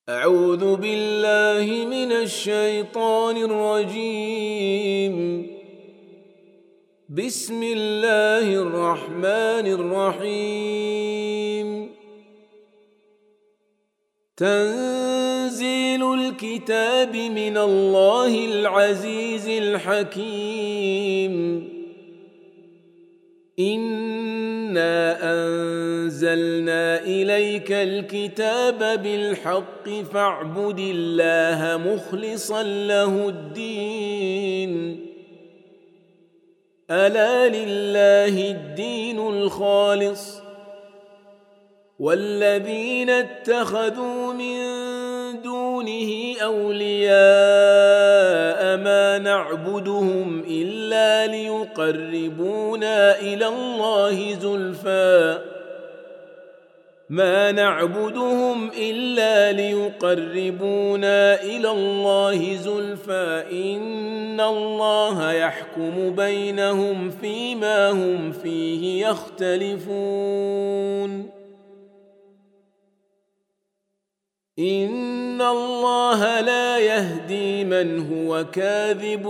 أعوذ بالله من الشيطان الرجيم. بسم الله الرحمن الرحيم. تنزيل الكتاب من الله العزيز الحكيم. إنا أنزلنا إليك الكتاب بالحق فاعبد الله مخلصا له الدين. ألا لله الدين الخالص والذين اتخذوا من دونه أولياء ما نعبدهم إلا ليقربونا إلى الله زلفى إن الله يحكم بينهم فيما هم فيه يختلفون. إن الله لا يهدي من هو كاذب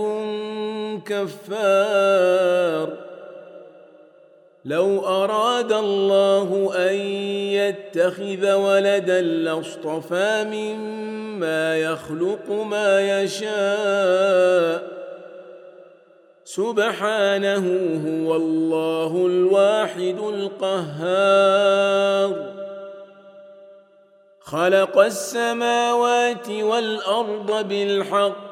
كفار. لو أراد الله أن يتخذ ولدا لاصطفى مما يخلق ما يشاء سبحانه هو الله الواحد القهار. خلق السماوات والأرض بالحق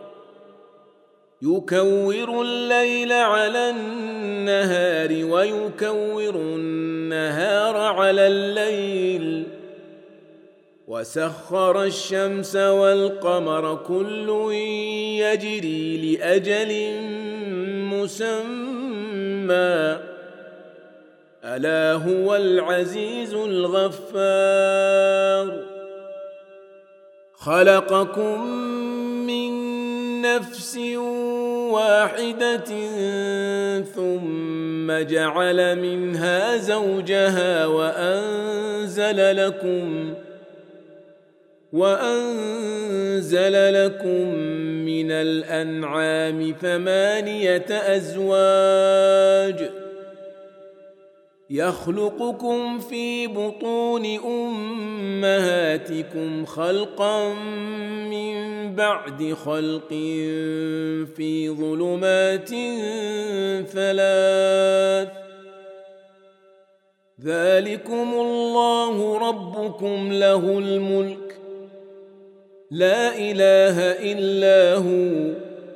يكور الليل على النهار ويكور النهار على الليل وسخر الشمس والقمر كل يجري لأجل مسمى ألا هو العزيز الغفار. خلقكم من نفس واحدة ثم جعل منها زوجها وأنزل لكم من الأنعام 8 أزواج يخلقكم في بطون أمهاتكم خلقا من بعد خلق في ظلمات 3 ذلكم الله ربكم له الملك لا إله إلا هو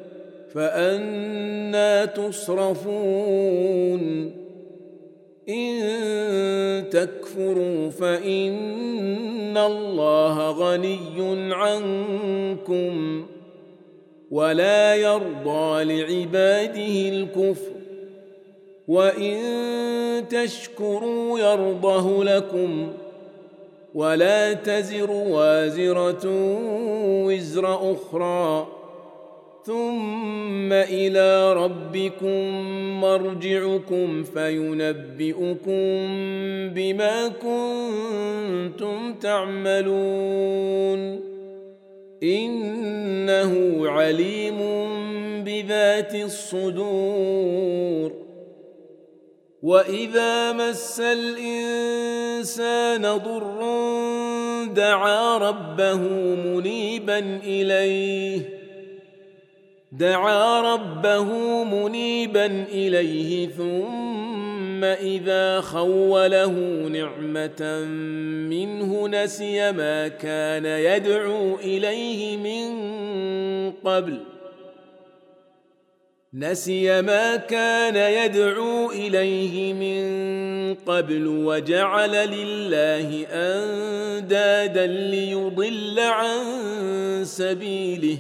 فأنى تصرفون. إن تكفروا فإن الله غني عنكم ولا يرضى لعباده الكفر وإن تشكروا يرضه لكم ولا تزر وازرة وزر أخرى ثم إلى ربكم مرجعكم فينبئكم بما كنتم تعملون. إنه عليم بذات الصدور. وإذا مس الإنسان ضر دعا ربه منيبا إليه ثم إذا خوله نعمة منه نسي ما كان يدعو إليه من قبل وجعل لله أندادا ليضل عن سبيله.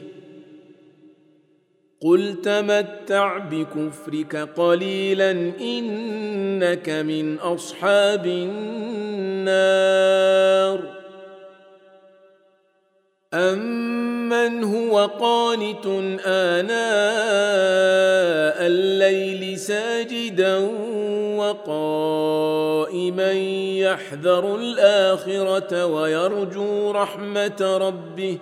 قل تمتع بكفرك قليلا إنك من أصحاب النار. أمن هو قانت آناء الليل ساجدا قائما يحذر الآخرة ويرجو رحمة ربه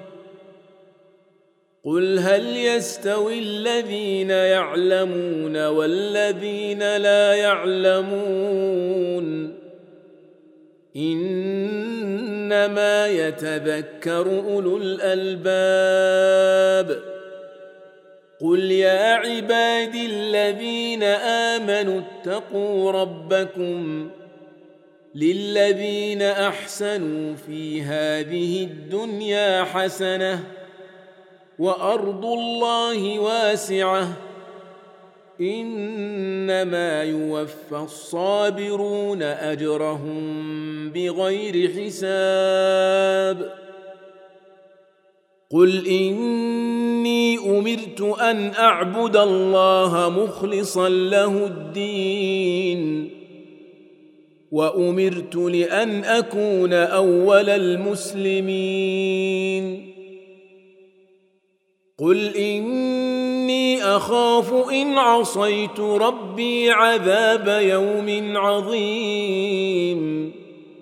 قل هل يستوي الذين يعلمون والذين لا يعلمون إنما يتذكر أولو الألباب قل يا عبادي الذين آمنوا اتقوا ربكم للذين أحسنوا في هذه الدنيا حسنة وأرض الله واسعة إنما يوفى الصابرون أجرهم بغير حساب قل إني أمرت أن أعبد الله مخلصا له الدين وأمرت لأن أكون أول المسلمين قل إني أخاف إن عصيت ربي عذاب يوم عظيم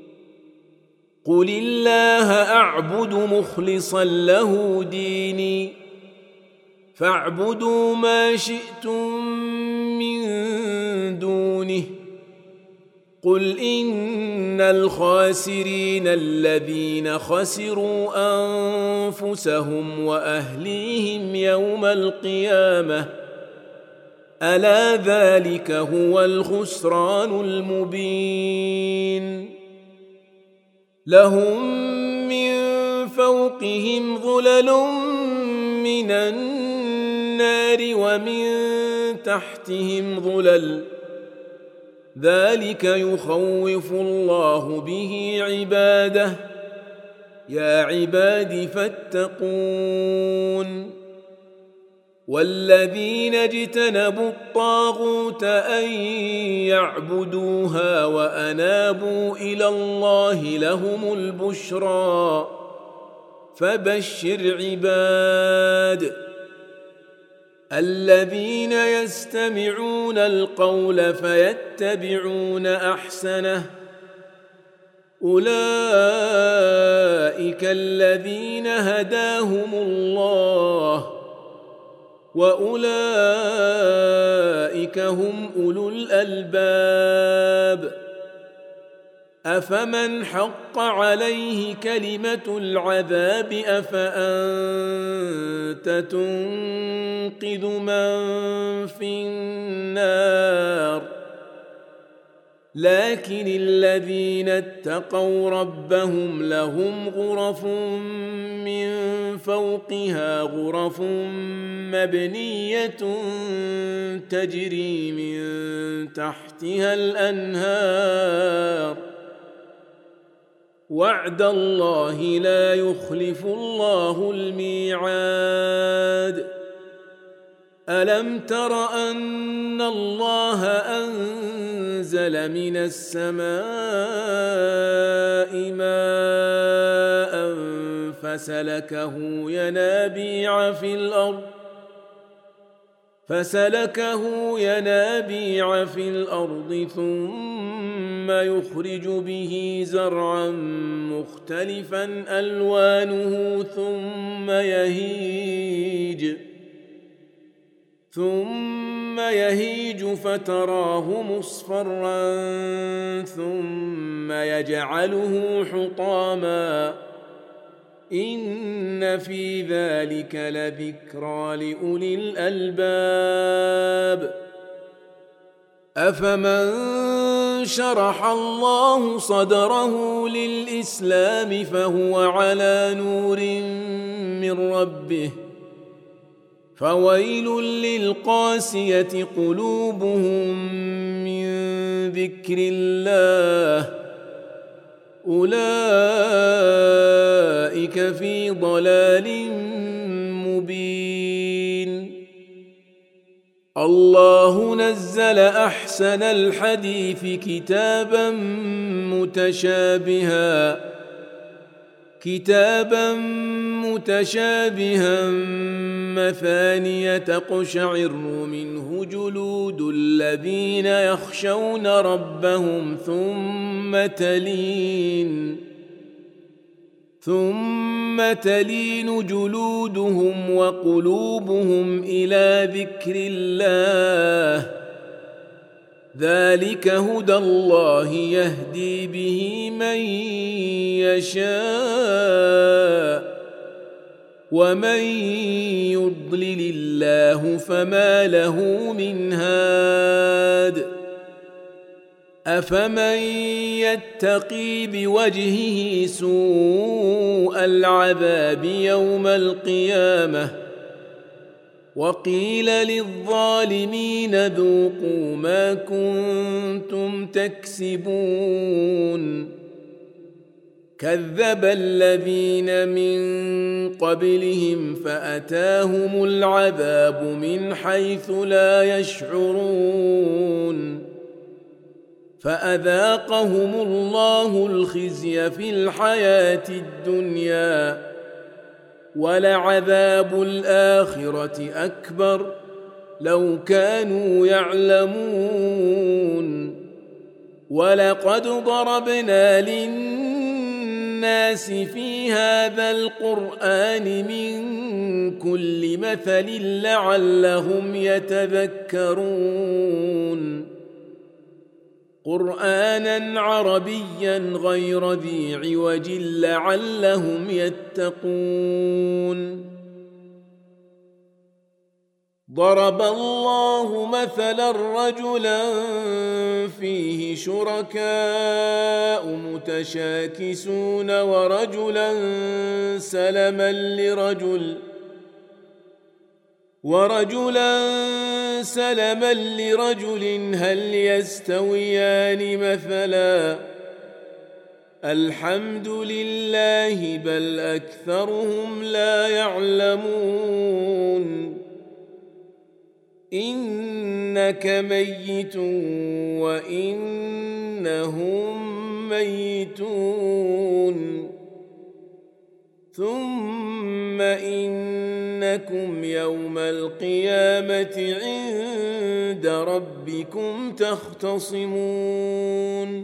قل الله أعبد مخلصا له ديني فاعبدوا ما شئتم من دونه قل إن الخاسرين الذين خسروا أنفسهم وأهليهم يوم القيامة ألا ذلك هو الخسران المبين لهم من فوقهم ظلل من النار ومن تحتهم ظلل ذلك يخوف الله به عباده يا عباد فاتقون والذين اجتنبوا الطاغوت أن يعبدوها وأنابوا إلى الله لهم البشرى فبشر عباد الذين يستمعون القول فيتبعون أحسنه أولئك الذين هداهم الله وأولئك هم أولو الألباب أفمن حق عليه كلمة العذاب أفأنت تنقذ من في النار لكن الذين اتقوا ربهم لهم غرف من فوقها غرف مبنية تجري من تحتها الأنهار وعد الله لا يخلف الله الميعاد ألم تر أن الله أنزل من السماء ماء فسلكه ينابيع في الأرض ثم يخرج به زرعا مختلفا ألوانه ثم يهيج فتراه مصفرا ثم يجعله حطاما إن في ذلك لذكرى لأولي الألباب أفمن شرح الله صدره للإسلام فهو على نور من ربه فويل للقاسية قلوبهم من ذكر الله أولئك في ضلال مبين الله نزل أحسن الحديث كتابا متشابها كتابا متشابها مثانية تقشعر منه جلود الذين يخشون ربهم ثم تلين جلودهم وقلوبهم إلى ذكر الله ذلك هدى الله يهدي به من يشاء ومن يضلل الله فما له من هاد أفمن يتقي بوجهه سوء العذاب يوم القيامة وقيل للظالمين ذوقوا ما كنتم تكسبون كذب الذين من قبلهم فأتاهم العذاب من حيث لا يشعرون فأذاقهم الله الخزي في الحياة الدنيا ولعذاب الآخرة أكبر لو كانوا يعلمون ولقد ضربنا للناس في هذا القرآن من كل مثل لعلهم يتذكرون قرآنا عربيا غير ذي عوج لعلهم يتقون ضرب الله مثلا رجلا فيه شركاء متشاكسون ورجلا سلما لرجل هل يستويان مثلا الحمد لله بل أكثرهم لا يعلمون إنك ميت وإنهم ميتون ثم إنكم يوم القيامة عند ربكم تختصمون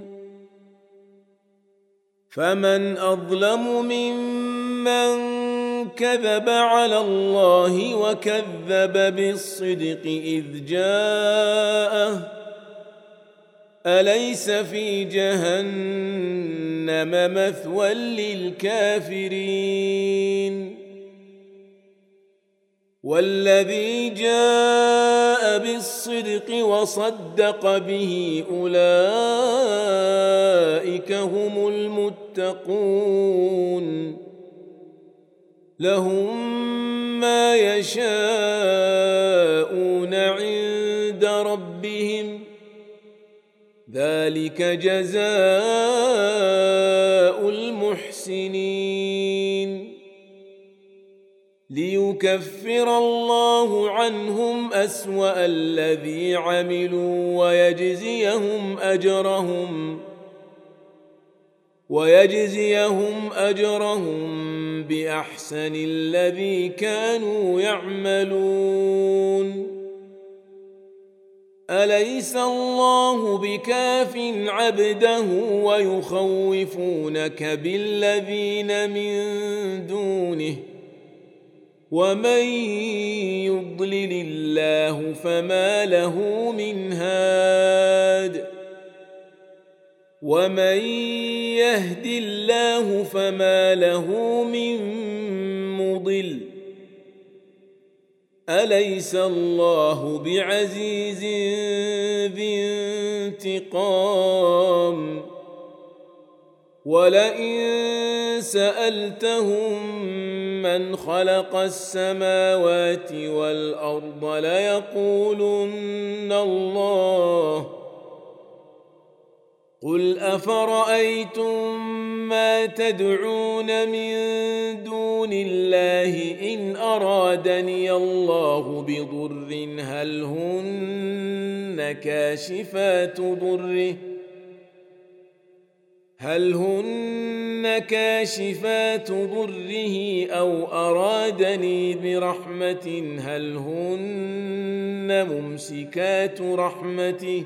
فمن أظلم ممن كذب على الله وكذب بالصدق إذ جاءه أليس في جهنم مثوى للكافرين والذي جاء بالصدق وصدق به أولئك هم المتقون لهم ما يشاءون عند ربهم ذلك جزاء المحسنين ليكفر الله عنهم أسوأ الذي عملوا ويجزيهم أجرهم بأحسن الذي كانوا يعملون أليس الله بكاف عبده ويخوفونك بالذين من دونه ومن يضلل الله فما له من هاد ومن يهد الله فما له من مضل أليس الله بعزيز ذي انتقام ولئن سألتهم من خلق السماوات والأرض ليقولن الله قل أفرأيتم ما تدعون من دون الله إن أرادني الله بضر هل هل هن كاشفات ضره أو أرادني برحمة هل هن ممسكات رحمته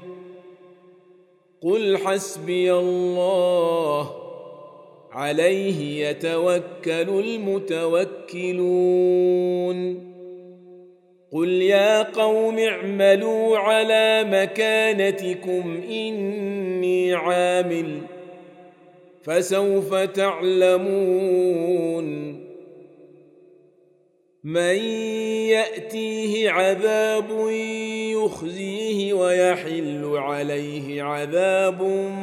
قل حسبي الله عليه يتوكل المتوكلون قل يا قوم اعملوا على مكانتكم إني عامل فسوف تعلمون من يأتيه عذاب يخزيه ويحل عليه عذاب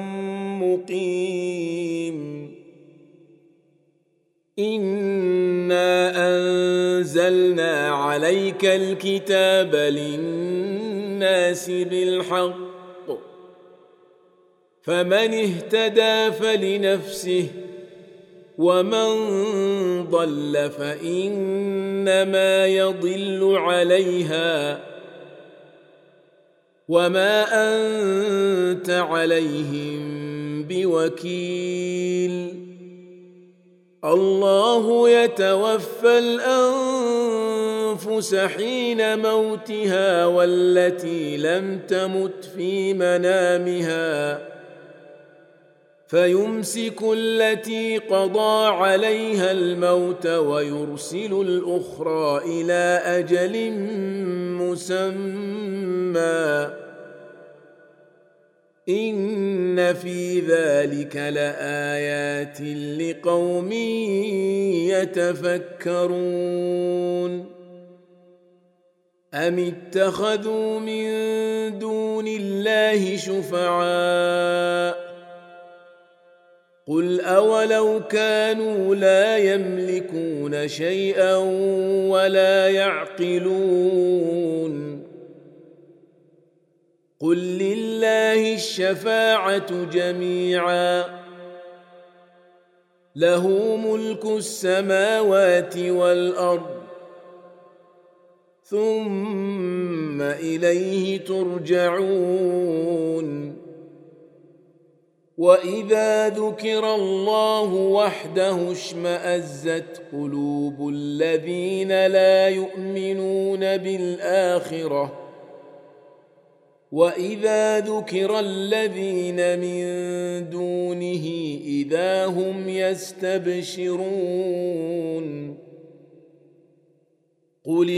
مقيم إنا أنزلنا عليك الكتاب للناس بالحق فمن اهتدى فلنفسه ومن ضل فإنما يضل عليها وما أنت عليهم بوكيل الله يتوفى الأنفس حين موتها والتي لم تمت في منامها فيمسك التي قضى عليها الموت ويرسل الأخرى إلى أجل مسمى إن في ذلك لآيات لقوم يتفكرون أم اتخذوا من دون الله شفعاء قل أولو كانوا لا يملكون شيئا ولا يعقلون قل لله الشفاعة جميعا له ملك السماوات والأرض ثم إليه ترجعون وإذا ذكر الله وحده اشمأزت قلوب الذين لا يؤمنون بالآخرة وإذا ذكر الذين من دونه إذا هم يستبشرون قل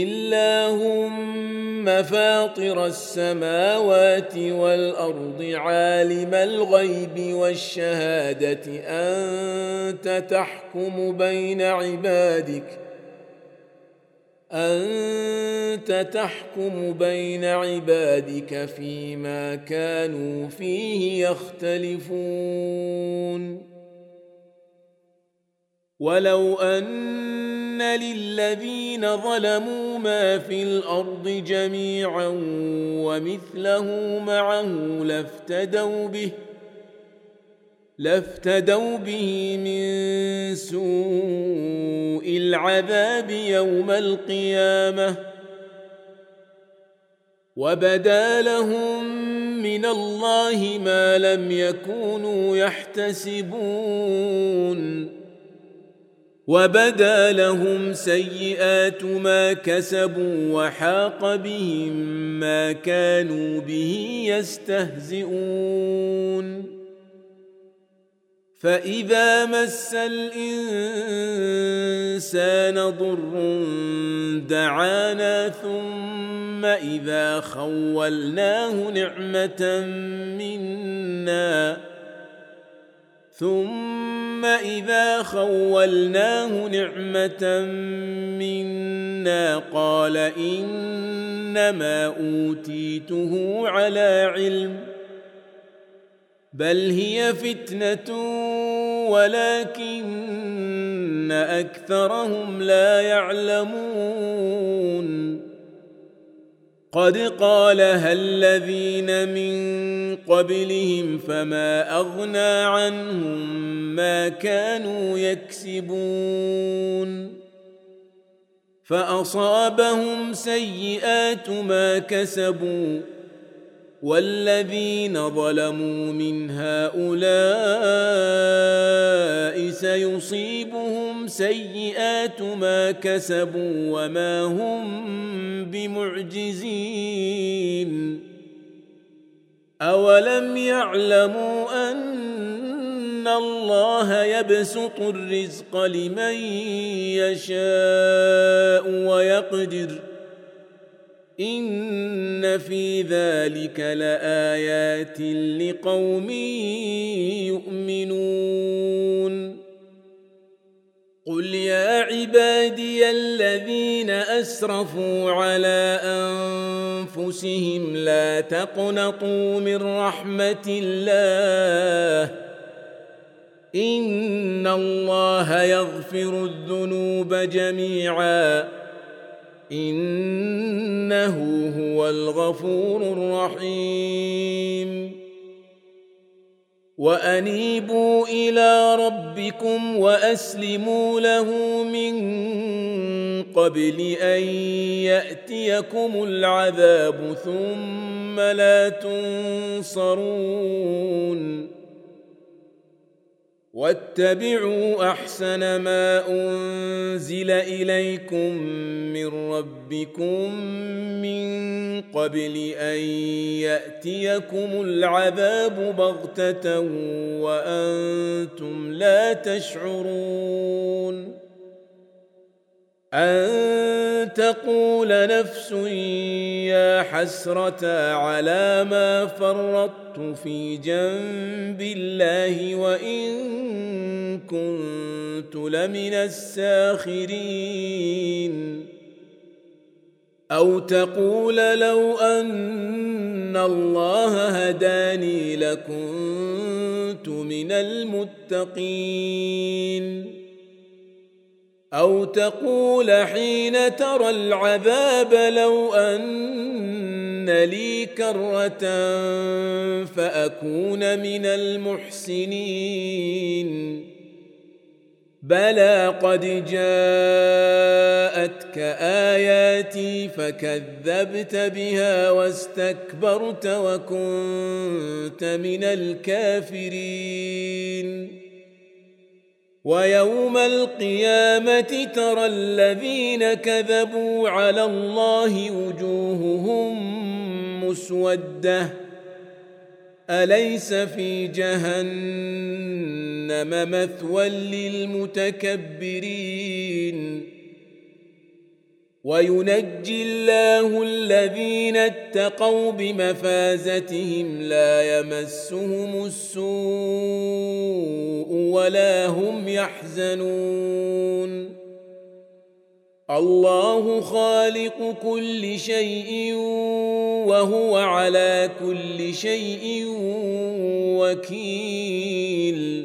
اللهم فاطر السماوات والأرض عالم الغيب والشهادة أنت تحكم بين عبادك فيما كانوا فيه يختلفون ولو أن للذين ظلموا ما في الأرض جميعا ومثله معه لافتدوا به من سوء العذاب يوم القيامة وبدا لهم من الله ما لم يكونوا يحتسبون وبدا لهم سيئات ما كسبوا وحاق بهم ما كانوا به يستهزئون فإذا مس الإنسان ضر دعانا ثم إذا خولناه نعمة منا قال إنما أوتيته على علم بل هي فتنة ولكن أكثرهم لا يعلمون قد قالها الذين من قبلهم فما أغنى عنهم ما كانوا يكسبون فأصابهم سيئات ما كسبوا والذين ظلموا من هؤلاء سيصيبهم سيئات ما كسبوا وما هم بمعجزين أولم يعلموا أن الله يبسط الرزق لمن يشاء ويقدر إن في ذلك لآيات لقوم يؤمنون قل يا عبادي الذين أسرفوا على أنفسهم لا تقنطوا من رحمة الله إن الله يغفر الذنوب جميعا إنه هو الغفور الرحيم وأنيبوا إلى ربكم وأسلموا له من قبل أن يأتيكم العذاب ثم لا تنصرون واتبعوا أحسن ما أنزل إليكم من ربكم من قبل أن يأتيكم العذاب بغتة وأنتم لا تشعرون أن تقول نفس يا حسرة على ما فرطت في جنب الله وإن كنت لمن الساخرين أو تقول لو أن الله هداني لكنت من المتقين أو تقول حين ترى العذاب لو أن لي كرة فأكون من المحسنين بلى قد جاءتك آياتي فكذبت بها واستكبرت وكنت من الكافرين ويوم القيامة ترى الذين كذبوا على الله وجوههم مسودة أليس في جهنم مثوى للمتكبرين وينجي الله الذين اتقوا بمفازتهم لا يمسهم السوء ولا هم يحزنون الله خالق كل شيء وهو على كل شيء وكيل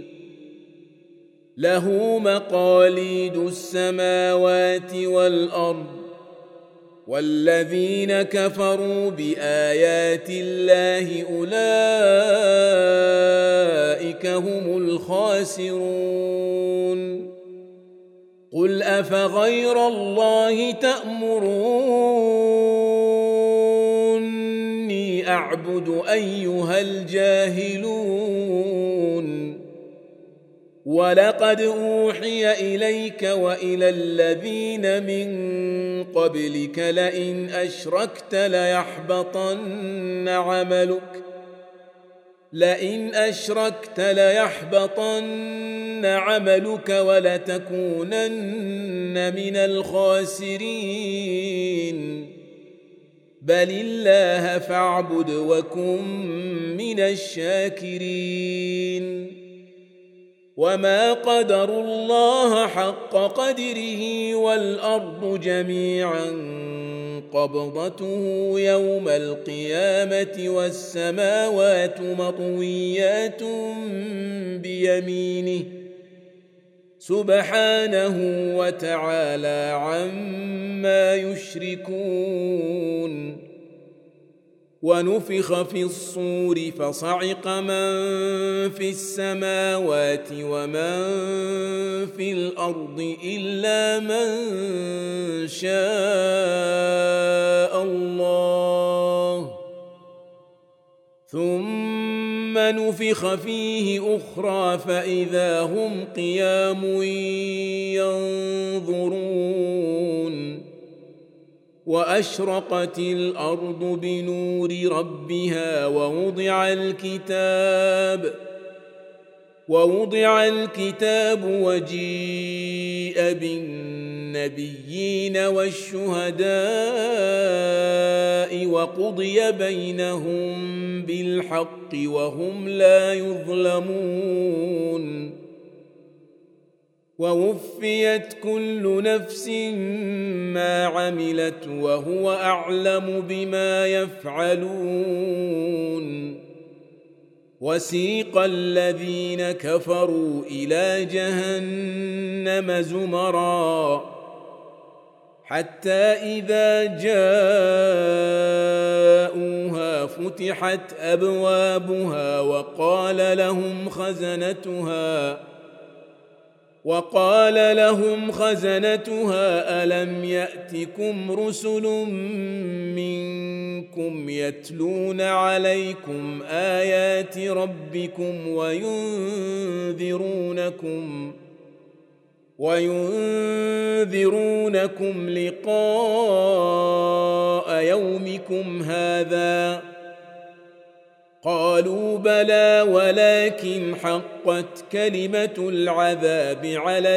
له مقاليد السماوات والأرض والذين كفروا بآيات الله أولئك هم الخاسرون قل أفغير الله تأمروني أعبد أيها الجاهلون ولقد أوحي إليك وإلى الذين من قبلك لئن أشركت ليحبطن عملك ولتكونن من الخاسرين بل الله فاعبد وكن من الشاكرين وما قدروا الله حق قدره والأرض جميعا قبضته يوم القيامة والسماوات مطويات بيمينه سبحانه وتعالى عما يشركون ونفخ في الصور فصعق من في السماوات ومن في الأرض إلا من شاء الله نفخ فيه أخرى فإذا هم قيام ينظرون وأشرقت الأرض بنور ربها ووضع الكتاب وجيء بالنبيين والشهداء وقضي بينهم بالحق وهم لا يظلمون ووفيت كل نفس ما عملت وهو أعلم بما يفعلون وسيق الذين كفروا إلى جهنم زمرا حتى إذا جاءوها فتحت أبوابها وقال لهم خزنتها ألم يأتكم رسل منكم يتلون عليكم آيات ربكم وينذرونكم لقاء يومكم هذا قالوا بلى ولكن حقت كلمة العذاب على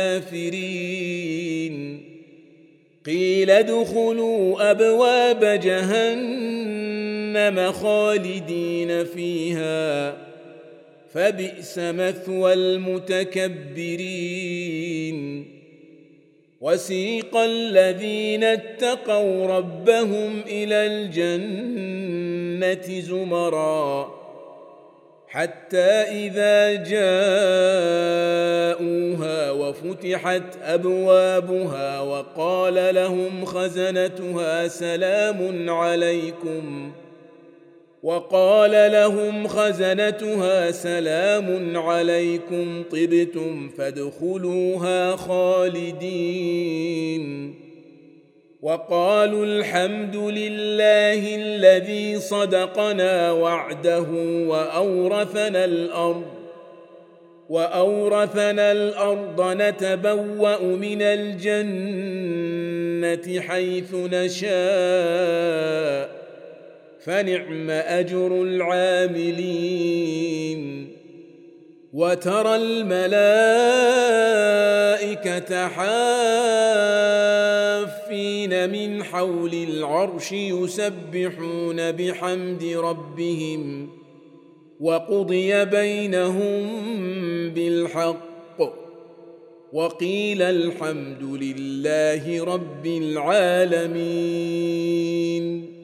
الكافرين قيل ادخلوا أبواب جهنم خالدين فيها فبئس مثوى المتكبرين وسيق الذين اتقوا ربهم إلى الجنة زمرا حتى إذا جاءوها وفتحت أبوابها وقال لهم خزنتها سلام عليكم طبتم فادخلوها خالدين وقالوا الحمد لله الذي صدقنا وعده وأورثنا الأرض نتبوأ من الجنة حيث نشاء فنعم أجر العاملين وترى الملائكة حافين من حول العرش يسبحون بحمد ربهم وقضي بينهم بالحق وقيل الحمد لله رب العالمين.